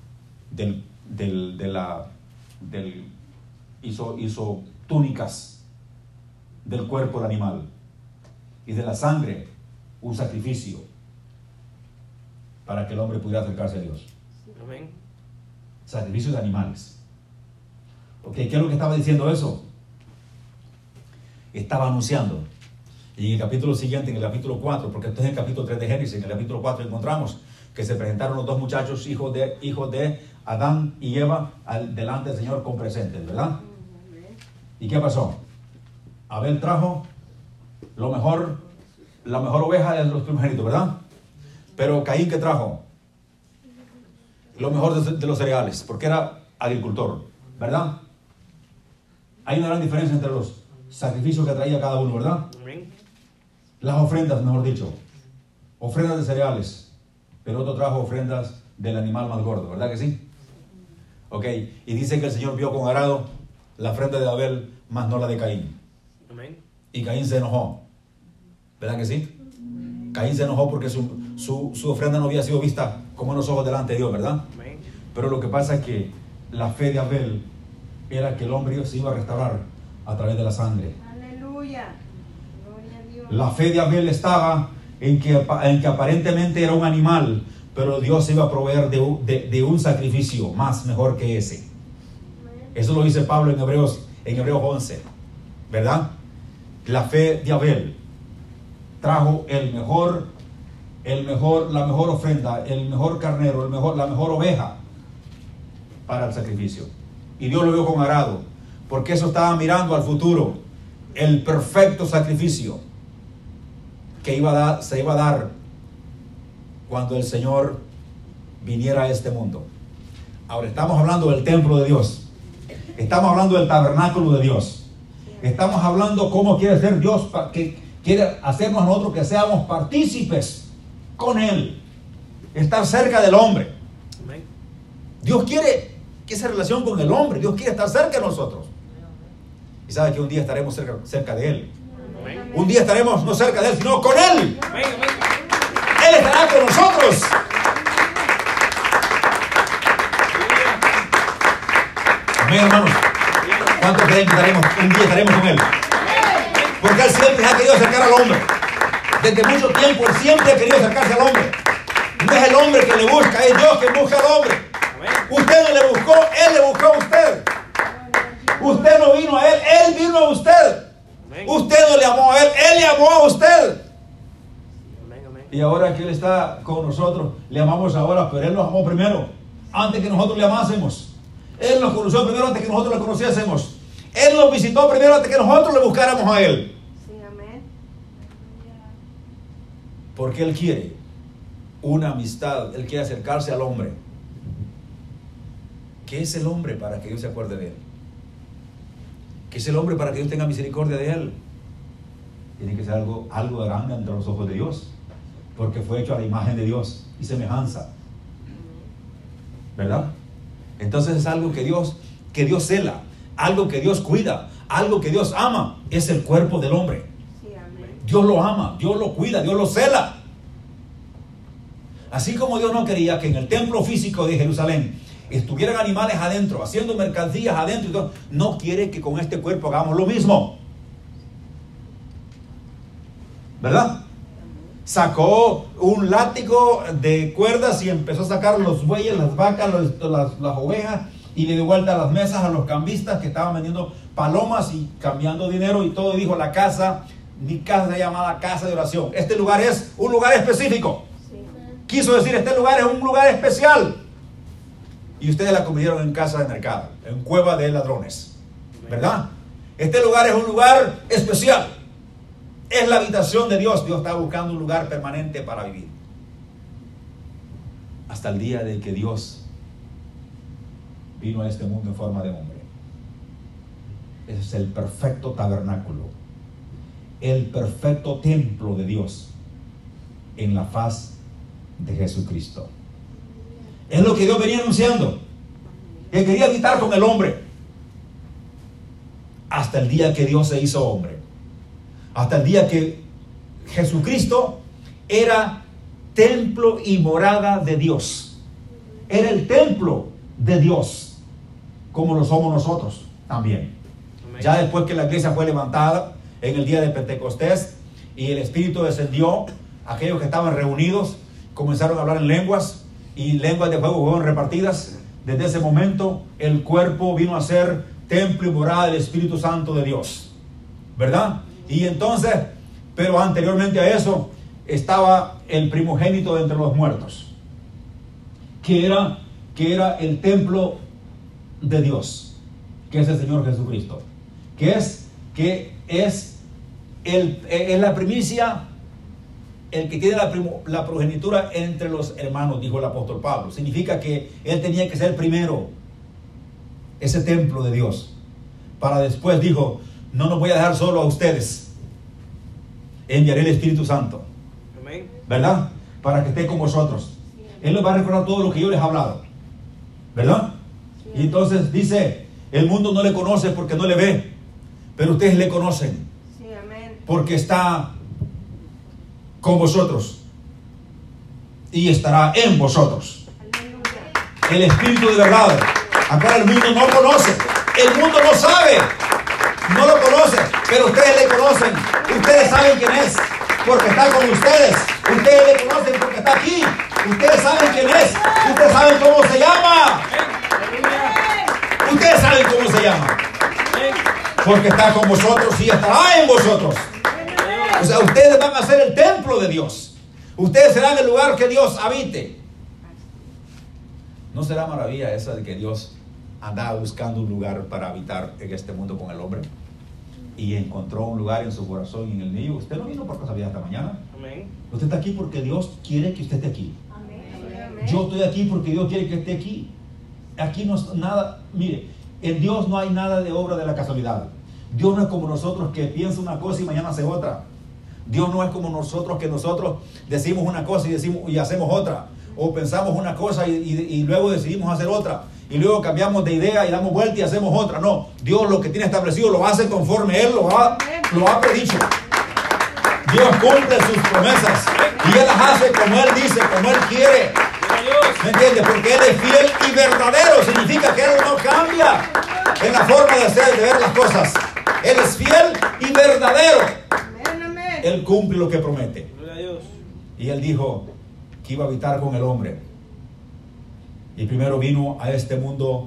hizo túnicas del cuerpo del animal, y de la sangre un sacrificio para que el hombre pudiera acercarse a Dios. Amén. Sacrificio de animales. Ok, ¿qué es lo que estaba diciendo eso? Estaba anunciando. Y en el capítulo siguiente, en el capítulo 4, porque esto es el capítulo 3 de Génesis, en el capítulo 4 encontramos que se presentaron los dos muchachos, hijos de Adán y Eva, delante del Señor con presentes, ¿verdad? ¿Y qué pasó? Abel trajo la mejor oveja de los primogénitos, ¿verdad? Pero Caín, ¿qué trajo? Lo mejor de los cereales, porque era agricultor, ¿verdad? Hay una gran diferencia entre los sacrificios que traía cada uno, ¿verdad? Las ofrendas, mejor dicho. Ofrendas de cereales, pero otro trajo ofrendas del animal más gordo, ¿verdad que sí? Ok, y dice que el Señor vio con agrado la ofrenda de Abel, más no la de Caín. Amén. Y Caín se enojó, ¿verdad que sí? Caín se enojó porque su ofrenda no había sido vista como en los ojos delante de Dios, ¿verdad? Amén. Pero lo que pasa es que la fe de Abel era que el hombre se iba a restaurar a través de la sangre. Aleluya. Gloria a Dios. La fe de Abel estaba en que aparentemente era un animal, pero Dios iba a proveer de un sacrificio más mejor que ese. Eso lo dice Pablo en Hebreos 11, ¿verdad? La fe de Abel trajo la mejor ofrenda, el mejor carnero, la mejor oveja para el sacrificio. Y Dios lo vio con agrado, porque eso estaba mirando al futuro, el perfecto sacrificio que se iba a dar cuando el Señor viniera a este mundo. Ahora estamos hablando del templo de Dios, estamos hablando del tabernáculo de Dios, estamos hablando cómo quiere ser Dios, que quiere hacernos nosotros que seamos partícipes con Él, estar cerca del hombre. Amén. Dios quiere que esa relación con el hombre, Dios quiere estar cerca de nosotros. Y sabe que un día estaremos cerca de Él. Amén. Un día estaremos no cerca de Él, sino con Él. Amén. Amén. Él estará con nosotros. Amén, hermanos. ¿Cuántos creen que un día estaremos con Él? Porque Él siempre ha querido acercar al hombre. Desde mucho tiempo Él siempre ha querido acercarse al hombre. No es el hombre que le busca, es Dios que busca al hombre. Usted no le buscó, Él le buscó a usted. Usted no vino a Él, Él vino a usted. Usted no le amó a Él, Él le amó a usted. Y ahora que Él está con nosotros, le amamos ahora, pero Él nos amó primero, antes que nosotros le amásemos. Él nos conoció primero antes que nosotros le conociésemos. Él nos visitó primero antes que nosotros le buscáramos a Él. Sí, amén. Porque Él quiere una amistad, Él quiere acercarse al hombre. ¿Qué es el hombre para que Dios se acuerde de él? ¿Qué es el hombre para que Dios tenga misericordia de él? Tiene que ser algo grande ante los ojos de Dios, porque fue hecho a la imagen de Dios y semejanza, ¿verdad? Entonces es algo que Dios que Dios cela, algo que Dios cuida, algo que Dios ama, es el cuerpo del hombre. Sí, amén. Dios lo ama, Dios lo cuida, Dios lo cela. Así como Dios no quería que en el templo físico de Jerusalén estuvieran animales adentro, haciendo mercancías adentro y todo, no quiere que con este cuerpo hagamos lo mismo. ¿Verdad? Sacó un látigo de cuerdas y empezó a sacar los bueyes, las vacas, las ovejas, y le dio vuelta a las mesas a los cambistas que estaban vendiendo palomas y cambiando dinero y todo. Y dijo: la casa, mi casa es llamada casa de oración. Este lugar es un lugar específico. Sí. Quiso decir, este lugar es un lugar especial. Y ustedes la convirtieron en casa de mercado, en cueva de ladrones. ¿Verdad? Este lugar es un lugar especial. Es la habitación de Dios. Dios está buscando un lugar permanente para vivir. Hasta el día de que Dios vino a este mundo en forma de hombre. Ese es el perfecto tabernáculo, el perfecto templo de Dios en la faz de Jesucristo. Es lo que Dios venía anunciando, que quería habitar con el hombre. Hasta el día que Dios se hizo hombre, hasta el día que Jesucristo era templo y morada de Dios. Era el templo de Dios, como lo somos nosotros también. Amén. Ya después que la iglesia fue levantada en el día de Pentecostés y el Espíritu descendió, aquellos que estaban reunidos comenzaron a hablar en lenguas, y lenguas de fuego fueron repartidas. Desde ese momento el cuerpo vino a ser templo y morada del Espíritu Santo de Dios, ¿verdad? Y entonces, pero anteriormente a eso estaba el primogénito de entre los muertos, que era el templo de Dios, que es el Señor Jesucristo, que es la primicia, el que tiene la progenitura entre los hermanos, dijo el apóstol Pablo. Significa que él tenía que ser primero, ese templo de Dios, para después, dijo: no nos voy a dejar solo a ustedes, enviaré el Espíritu Santo. Amén. ¿Verdad? Para que esté con vosotros. Él les va a recordar todo lo que yo les he hablado, ¿verdad? Y entonces dice: el mundo no le conoce porque no le ve, pero ustedes le conocen. Sí, amén. Porque está con vosotros y estará en vosotros. Aleluya. El Espíritu de verdad. Acá el mundo no conoce, el mundo no sabe, no lo conoce, pero ustedes le conocen. Ustedes saben quién es, porque está con ustedes. Ustedes le conocen porque está aquí. Ustedes saben quién es. Ustedes saben cómo se llama. Ustedes saben cómo se llama, porque está con vosotros y estará en vosotros. O sea, ustedes van a ser el templo de Dios. Ustedes serán el lugar que Dios habite. ¿No será maravilla esa de que Dios andaba buscando un lugar para habitar en este mundo con el hombre? Y encontró un lugar en su corazón y en el mío. Usted no vino por casualidad esta mañana. Amén. Usted está aquí porque Dios quiere que usted esté aquí. Amén. Yo estoy aquí porque Dios quiere que esté aquí. Aquí no es nada. Mire, en Dios no hay nada de obra de la casualidad. Dios no es como nosotros, que piensa una cosa y mañana hace otra. Dios no es como nosotros, que nosotros decimos una cosa y hacemos otra. O pensamos una cosa y luego decidimos hacer otra. Y luego cambiamos de idea y damos vuelta y hacemos otra. No, Dios lo que tiene establecido lo hace conforme Él lo ha predicho. Dios cumple sus promesas y Él las hace como Él dice, como Él quiere. ¿Me entiendes? Porque Él es fiel y verdadero. Significa que Él no cambia en la forma de hacer, de ver las cosas. Él es fiel y verdadero. Él cumple lo que promete. Y Él dijo que iba a habitar con el hombre. Y primero vino a este mundo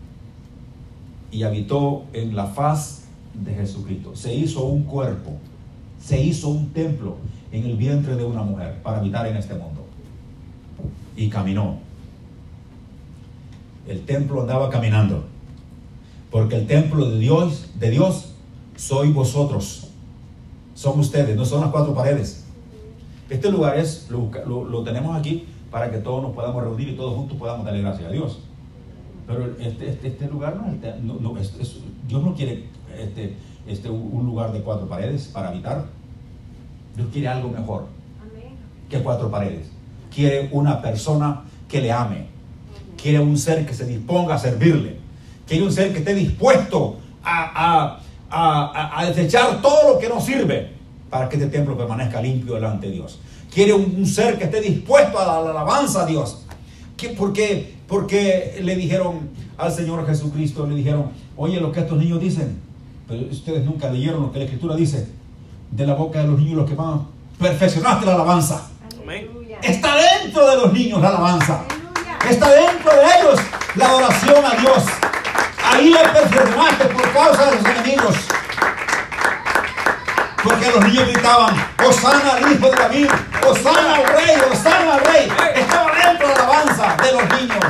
y habitó en la faz de Jesucristo. Se hizo un cuerpo, se hizo un templo en el vientre de una mujer para habitar en este mundo. Y caminó. El templo andaba caminando, porque el templo de Dios soy vosotros. Son ustedes, no son las cuatro paredes. Este lugar lo tenemos aquí para que todos nos podamos reunir y todos juntos podamos darle gracias a Dios. Pero este lugar Dios no quiere un lugar de cuatro paredes para habitar. Dios quiere algo mejor que cuatro paredes. Quiere una persona que le ame. Quiere un ser que se disponga a servirle. Quiere un ser que esté dispuesto a desechar todo lo que no sirve para que este templo permanezca limpio delante de Dios. Quiere un ser que esté dispuesto a la alabanza a Dios. Porque le dijeron al Señor Jesucristo, le dijeron, oye, lo que estos niños dicen, pero ustedes nunca leyeron lo que la Escritura dice, de la boca de los niños los que van, perfeccionaste la alabanza. Aleluya. Está dentro de los niños la alabanza. Aleluya. Está dentro de ellos la adoración a Dios. Ahí le perfeccionaste por causa de los enemigos. Porque los niños gritaban, Hosana al Hijo de David, Hosana al Rey, Hosana al Rey. Estaba dentro de la alabanza de los niños.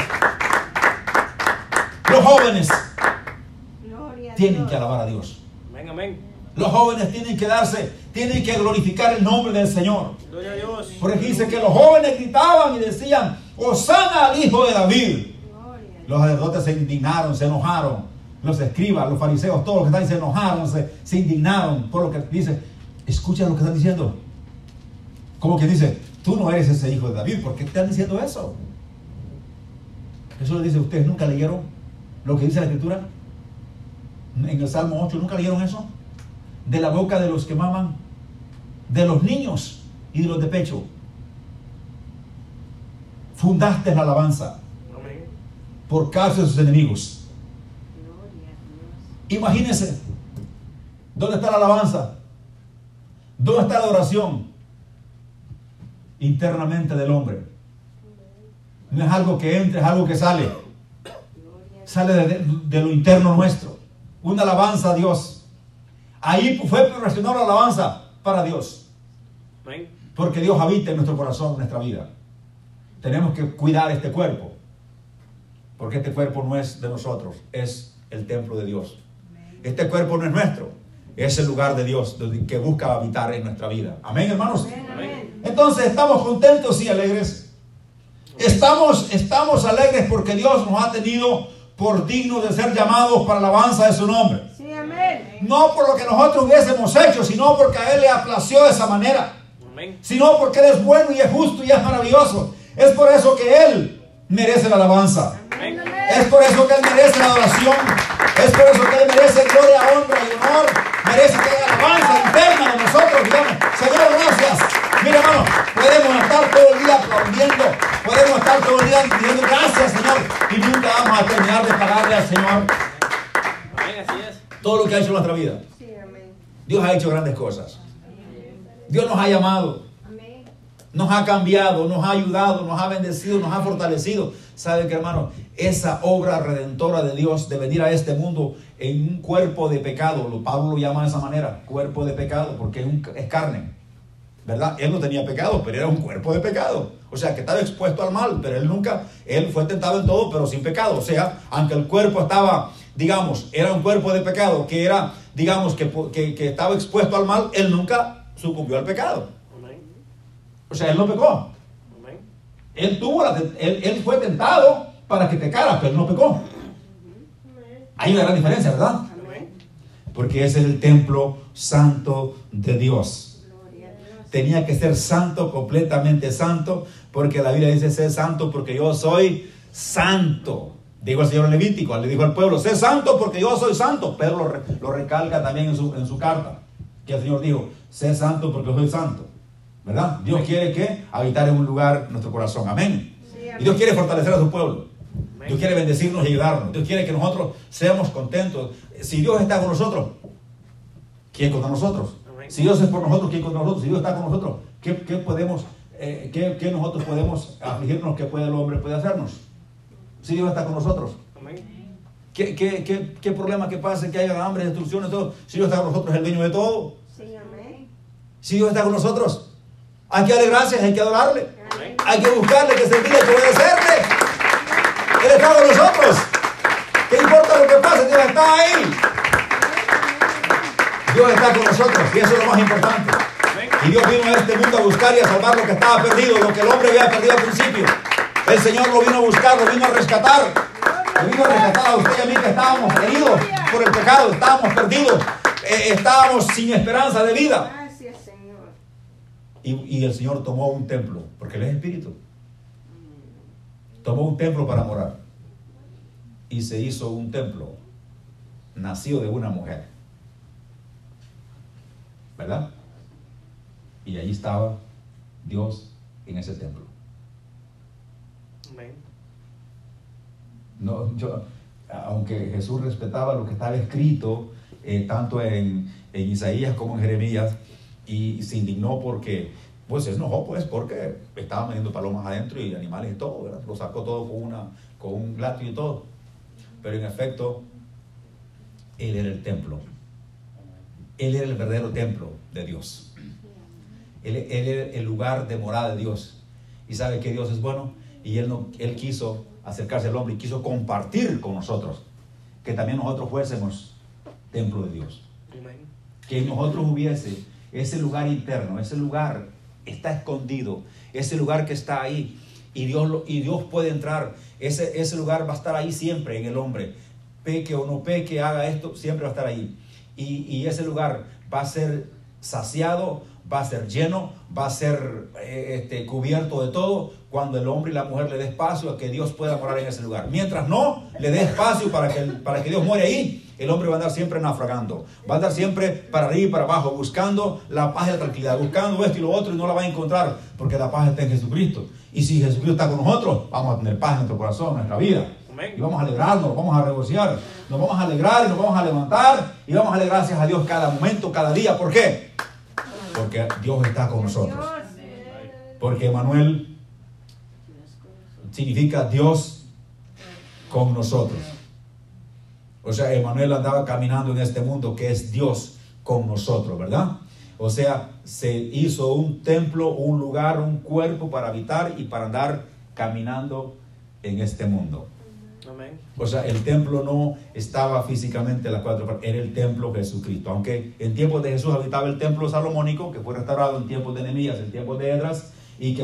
Los jóvenes Gloria a tienen Dios. que alabar a Dios. Amén, amén. Los jóvenes tienen que glorificar el nombre del Señor. Gloria a Dios. Porque dice que los jóvenes gritaban y decían, Hosana al Hijo de David. Gloria. Los sacerdotes se indignaron, se enojaron. Los escribas, los fariseos, todos los que están ahí se enojaron, se indignaron por lo que dice. Escucha lo que están diciendo. Como que dice, tú no eres ese hijo de David, ¿por qué están diciendo eso? Jesús le dice, ¿ustedes nunca leyeron lo que dice la Escritura? En el Salmo 8, ¿nunca leyeron eso? De la boca de los que maman, de los niños y de los de pecho, fundaste la alabanza Amén. por causa de sus enemigos. Gloria a Imagínense, ¿dónde está la alabanza? ¿Dónde está la adoración? Internamente del hombre. No es algo que entra, es algo que sale. Dios. Gloria a Sale de lo interno nuestro. Una alabanza a Dios. Ahí fue perfeccionada la alabanza para Dios. Amén. Porque Dios habita en nuestro corazón, en nuestra vida. Tenemos que cuidar este cuerpo. Porque este cuerpo no es de nosotros, es el templo de Dios. Este cuerpo no es nuestro, es el lugar de Dios que busca habitar en nuestra vida. Amén, hermanos. Amén, amén. Entonces, ¿estamos contentos y alegres? Estamos alegres porque Dios nos ha tenido por dignos de ser llamados para la alabanza de su nombre. Sí, amén. No por lo que nosotros hubiésemos hecho, sino porque a Él le aplació de esa manera. Amén. Sino porque Él es bueno y es justo y es maravilloso. Es por eso que Él merece la alabanza. Amén, amén. Es por eso que Él merece la adoración. Es por eso que Él merece gloria, honra y honor. Merece que haya alabanza interna de nosotros. Digamos, Señor, gracias. Mira, hermano, podemos estar todo el día aplaudiendo. Podemos estar todo el día diciendo gracias, Señor. Y nunca vamos a terminar de pagarle al Señor Amén, así es. todo lo que ha hecho en nuestra vida. Sí, amén. Dios ha hecho grandes cosas. Dios nos ha llamado. Amén. Nos ha cambiado, nos ha ayudado, nos ha bendecido, nos ha fortalecido. ¿Saben qué, hermano? Esa obra redentora de Dios de venir a este mundo en un cuerpo de pecado, Pablo lo llama de esa manera, cuerpo de pecado, porque es carne, ¿verdad? Él no tenía pecado, pero era un cuerpo de pecado. O sea, que estaba expuesto al mal, pero él fue tentado en todo, pero sin pecado. O sea, aunque el cuerpo estaba, digamos, era un cuerpo de pecado, que era, digamos, que estaba expuesto al mal, él nunca sucumbió al pecado. Amén. O sea, él no pecó. Amén. Él fue tentado para que pecara, pero no pecó. Hay una gran diferencia, ¿verdad? Amén. Porque ese es el templo santo de Dios. Gloria a Dios. Tenía que ser santo, completamente santo, porque la Biblia dice, sé santo porque yo soy santo. Dijo el Señor en Levítico, le dijo al pueblo, sé santo porque yo soy santo. Pedro lo recalca también en su carta, que el Señor dijo, sé santo porque yo soy santo. ¿Verdad? Dios quiere que habitar en un lugar en nuestro corazón. Amén. Sí, amén. Y Dios quiere fortalecer a su pueblo. Amén. Dios quiere bendecirnos y ayudarnos. Dios quiere que nosotros seamos contentos. Si Dios está con nosotros, ¿quién contra nosotros? Amén. Si Dios es por nosotros, ¿quién contra nosotros? Si Dios está con nosotros, ¿qué nosotros podemos afligirnos que el hombre puede hacernos? Si Dios está con nosotros. Amén. ¿Qué problema que pase, que haya hambre, destrucción y todo? Si Dios está con nosotros, es el dueño de todo. Sí, amén. Si Dios está con nosotros, hay que darle gracias, hay que adorarle. Amén. Hay que buscarle, que servirle, que obedecerle. Él está con nosotros. ¿Qué importa lo que pase? Dios está ahí. Dios está con nosotros y eso es lo más importante. Amén. Y Dios vino a este mundo a buscar y a salvar lo que estaba perdido, lo que el hombre había perdido al principio. El Señor lo vino a buscar, lo vino a rescatar. Lo vino a rescatar a usted y a mí que estábamos heridos por el pecado, estábamos perdidos, estábamos sin esperanza de vida. Gracias, Señor. Y el Señor tomó un templo, porque Él es espíritu. Tomó un templo para morar. y se hizo un templo nacido de una mujer, ¿verdad? Y allí estaba Dios en ese templo. Amén. No, aunque Jesús respetaba lo que estaba escrito, tanto en Isaías como en Jeremías, y se indignó porque, pues se enojó, pues, porque estaban vendiendo palomas adentro y animales y todo, ¿verdad? Lo sacó todo con un látigo y todo. Pero en efecto, Él era el templo. Él era el verdadero templo de Dios. Él era el lugar de morada de Dios. Y sabe que Dios es bueno, y Él quiso acercarse al hombre y quiso compartir con nosotros, que también nosotros fuésemos templo de Dios. Amén. Que en nosotros hubiese ese lugar interno, ese lugar está escondido, ese lugar que está ahí, y Dios puede entrar. Ese lugar va a estar ahí siempre en el hombre, peque o no peque, haga esto, siempre va a estar ahí, y ese lugar va a ser saciado, va a ser lleno, va a ser cubierto de todo cuando el hombre y la mujer le dé espacio a que Dios pueda morar en ese lugar. Mientras no le dé espacio para que Dios muere ahí, el hombre va a andar siempre naufragando, va a andar siempre para arriba y para abajo, buscando la paz y la tranquilidad, buscando esto y lo otro, y no la va a encontrar, porque la paz está en Jesucristo. Y si Jesucristo está con nosotros, vamos a tener paz en nuestro corazón, en nuestra vida. Amén. Y vamos a alegrarnos, nos vamos a regocijar, nos vamos a alegrar y nos vamos a levantar y vamos a darle gracias a Dios cada momento, cada día. ¿Por qué? Porque Dios está con nosotros. Porque Emmanuel significa Dios con nosotros. O sea, Emmanuel andaba caminando en este mundo que es Dios con nosotros, ¿verdad? O sea, se hizo un templo, un lugar, un cuerpo para habitar y para andar caminando en este mundo. Amén. O sea, el templo no estaba físicamente en las cuatro partes, era el templo Jesucristo. Aunque en tiempos de Jesús habitaba el templo salomónico, que fue restaurado en tiempos de Nehemías, en tiempos de Esdras, y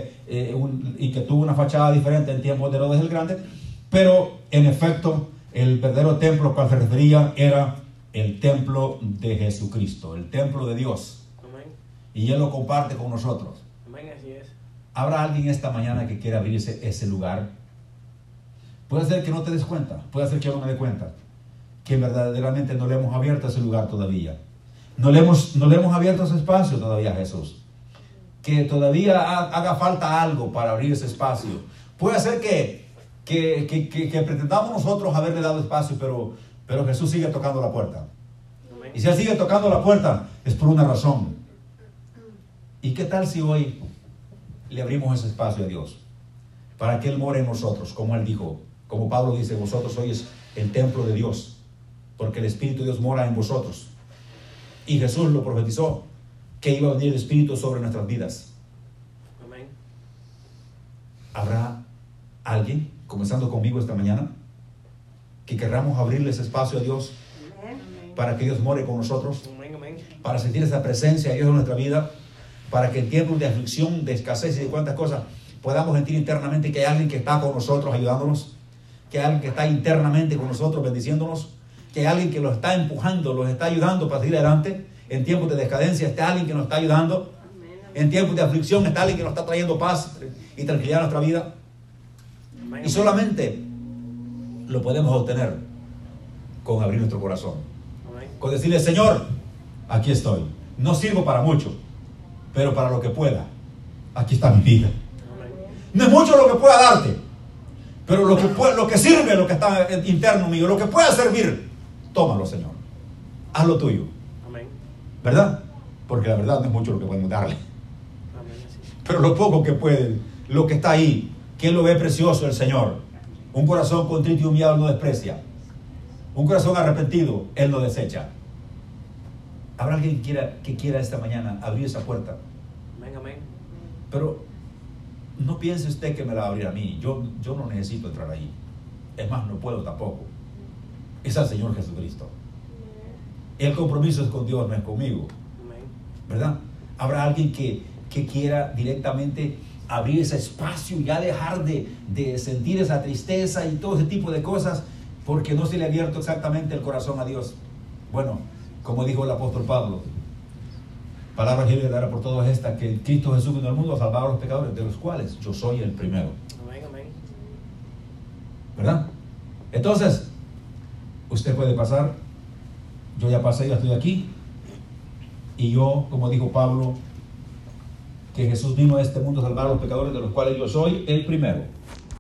que tuvo una fachada diferente en tiempos de Herodes el Grande, pero en efecto el verdadero templo al cual se refería era el templo de Jesucristo, el templo de Dios. Amén. Y Él lo comparte con nosotros. Amén, así es. ¿Habrá alguien esta mañana que quiera abrirse ese lugar? Puede ser que no te des cuenta, puede ser que yo no me dé cuenta, que verdaderamente no le hemos abierto ese lugar todavía. No le hemos abierto ese espacio todavía a Jesús. Que todavía haga falta algo para abrir ese espacio. Puede ser que pretendamos nosotros haberle dado espacio, pero Jesús sigue tocando la puerta. Amén. Y si Él sigue tocando la puerta, es por una razón. ¿Y qué tal si hoy le abrimos ese espacio a Dios? Para que Él more en nosotros, como Él dijo, como Pablo dice, vosotros sois el templo de Dios, porque el Espíritu de Dios mora en vosotros. Y Jesús lo profetizó, que iba a venir el Espíritu sobre nuestras vidas. Amén. ¿Habrá alguien, comenzando conmigo esta mañana, que querramos abrirle ese espacio a Dios para que Dios more con nosotros, Amén, amén. para sentir esa presencia de Dios en nuestra vida, para que en tiempos de aflicción, de escasez y de cuantas cosas podamos sentir internamente que hay alguien que está con nosotros ayudándonos, que hay alguien que está internamente con nosotros bendiciéndonos, que hay alguien que los está empujando, los está ayudando para seguir adelante. En tiempos de decadencia está alguien que nos está ayudando. En tiempos de aflicción está alguien que nos está trayendo paz y tranquilidad a nuestra vida. Amén. Y solamente lo podemos obtener con abrir nuestro corazón, Amén. con decirle: Señor, aquí estoy. No sirvo para mucho, pero para lo que pueda, aquí está mi vida. Amén. No es mucho lo que pueda darte, pero lo que sirve, lo que está interno mío, lo que pueda servir, tómalo, Señor. Haz lo tuyo. Amén. ¿Verdad? Porque la verdad no es mucho lo que podemos darle, Amén, así es. pero lo poco que pueden, lo que está ahí, que lo ve precioso el Señor. Un corazón contrito y humillado no desprecia. Un corazón arrepentido Él no desecha. ¿Habrá alguien que quiera esta mañana abrir esa puerta? Amén, amén. Pero no piense usted que me la va a abrir a mí. Yo no necesito entrar ahí. Es más, no puedo tampoco. Es al Señor Jesucristo. El compromiso es con Dios, no es conmigo. Amén. ¿Verdad? Habrá alguien que quiera directamente abrir ese espacio, ya dejar de sentir esa tristeza y todo ese tipo de cosas, porque no se le ha abierto exactamente el corazón a Dios. Bueno, como dijo el apóstol Pablo, palabra que le dará por todas estas, que Cristo Jesús vino al mundo a salvar a los pecadores, de los cuales yo soy el primero. Amén, amén. ¿Verdad? Entonces, usted puede pasar. Yo ya pasé, ya estoy aquí. Y yo, como dijo Pablo, que Jesús vino a este mundo a salvar a los pecadores, de los cuales yo soy el primero.